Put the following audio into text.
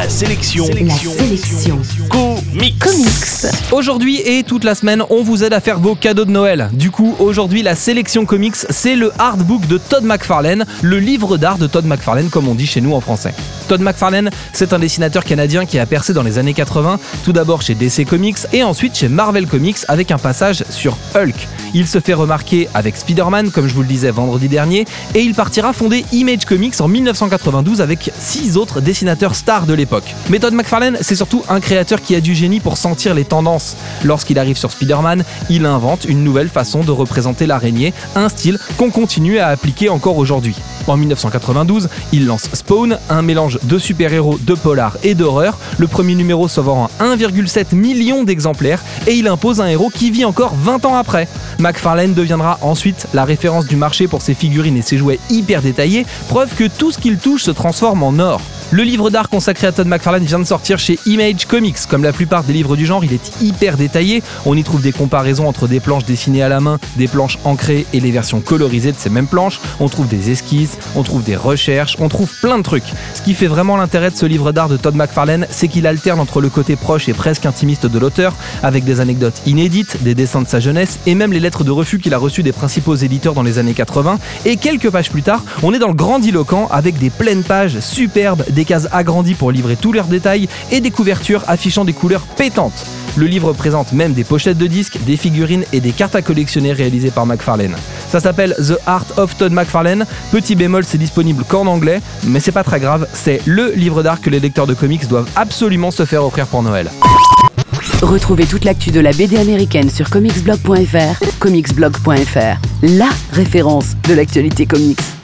La sélection. Comics. Aujourd'hui et toute la semaine, on vous aide à faire vos cadeaux de Noël. Du coup, aujourd'hui, la sélection comics, c'est le artbook de Todd McFarlane, le livre d'art de Todd McFarlane, comme on dit chez nous en français. Todd McFarlane, c'est un dessinateur canadien qui a percé dans les années 80, tout d'abord chez DC Comics et ensuite chez Marvel Comics avec un passage sur Hulk. Il se fait remarquer avec Spider-Man, comme je vous le disais vendredi dernier, et il partira fonder Image Comics en 1992 avec 6 autres dessinateurs stars de l'époque. Mais Todd McFarlane, c'est surtout un créateur qui a du génie pour sentir les tendances. Lorsqu'il arrive sur Spider-Man, il invente une nouvelle façon de représenter l'araignée, un style qu'on continue à appliquer encore aujourd'hui. En 1992, il lance Spawn, un mélange de super-héros, de polar et d'horreur. Le premier numéro se vend en 1,7 million d'exemplaires et il impose un héros qui vit encore 20 ans après. McFarlane deviendra ensuite la référence du marché pour ses figurines et ses jouets hyper détaillés, preuve que tout ce qu'il touche se transforme en or. Le livre d'art consacré à Todd McFarlane vient de sortir chez Image Comics. Comme la plupart des livres du genre, il est hyper détaillé. On y trouve des comparaisons entre des planches dessinées à la main, des planches ancrées et les versions colorisées de ces mêmes planches. On trouve des esquisses, on trouve des recherches, on trouve plein de trucs. Ce qui fait vraiment l'intérêt de ce livre d'art de Todd McFarlane, c'est qu'il alterne entre le côté proche et presque intimiste de l'auteur, avec des anecdotes inédites, des dessins de sa jeunesse et même les lettres de refus qu'il a reçues des principaux éditeurs dans les années 80. Et quelques pages plus tard, on est dans le grandiloquent avec des pleines pages superbes, des cases agrandies pour livrer tous leurs détails et des couvertures affichant des couleurs pétantes. Le livre présente même des pochettes de disques, des figurines et des cartes à collectionner réalisées par McFarlane. Ça s'appelle The Art of Todd McFarlane. Petit bémol, c'est disponible qu'en anglais, mais c'est pas très grave, c'est le livre d'art que les lecteurs de comics doivent absolument se faire offrir pour Noël. Retrouvez toute l'actu de la BD américaine sur comicsblog.fr, comicsblog.fr, la référence de l'actualité comics.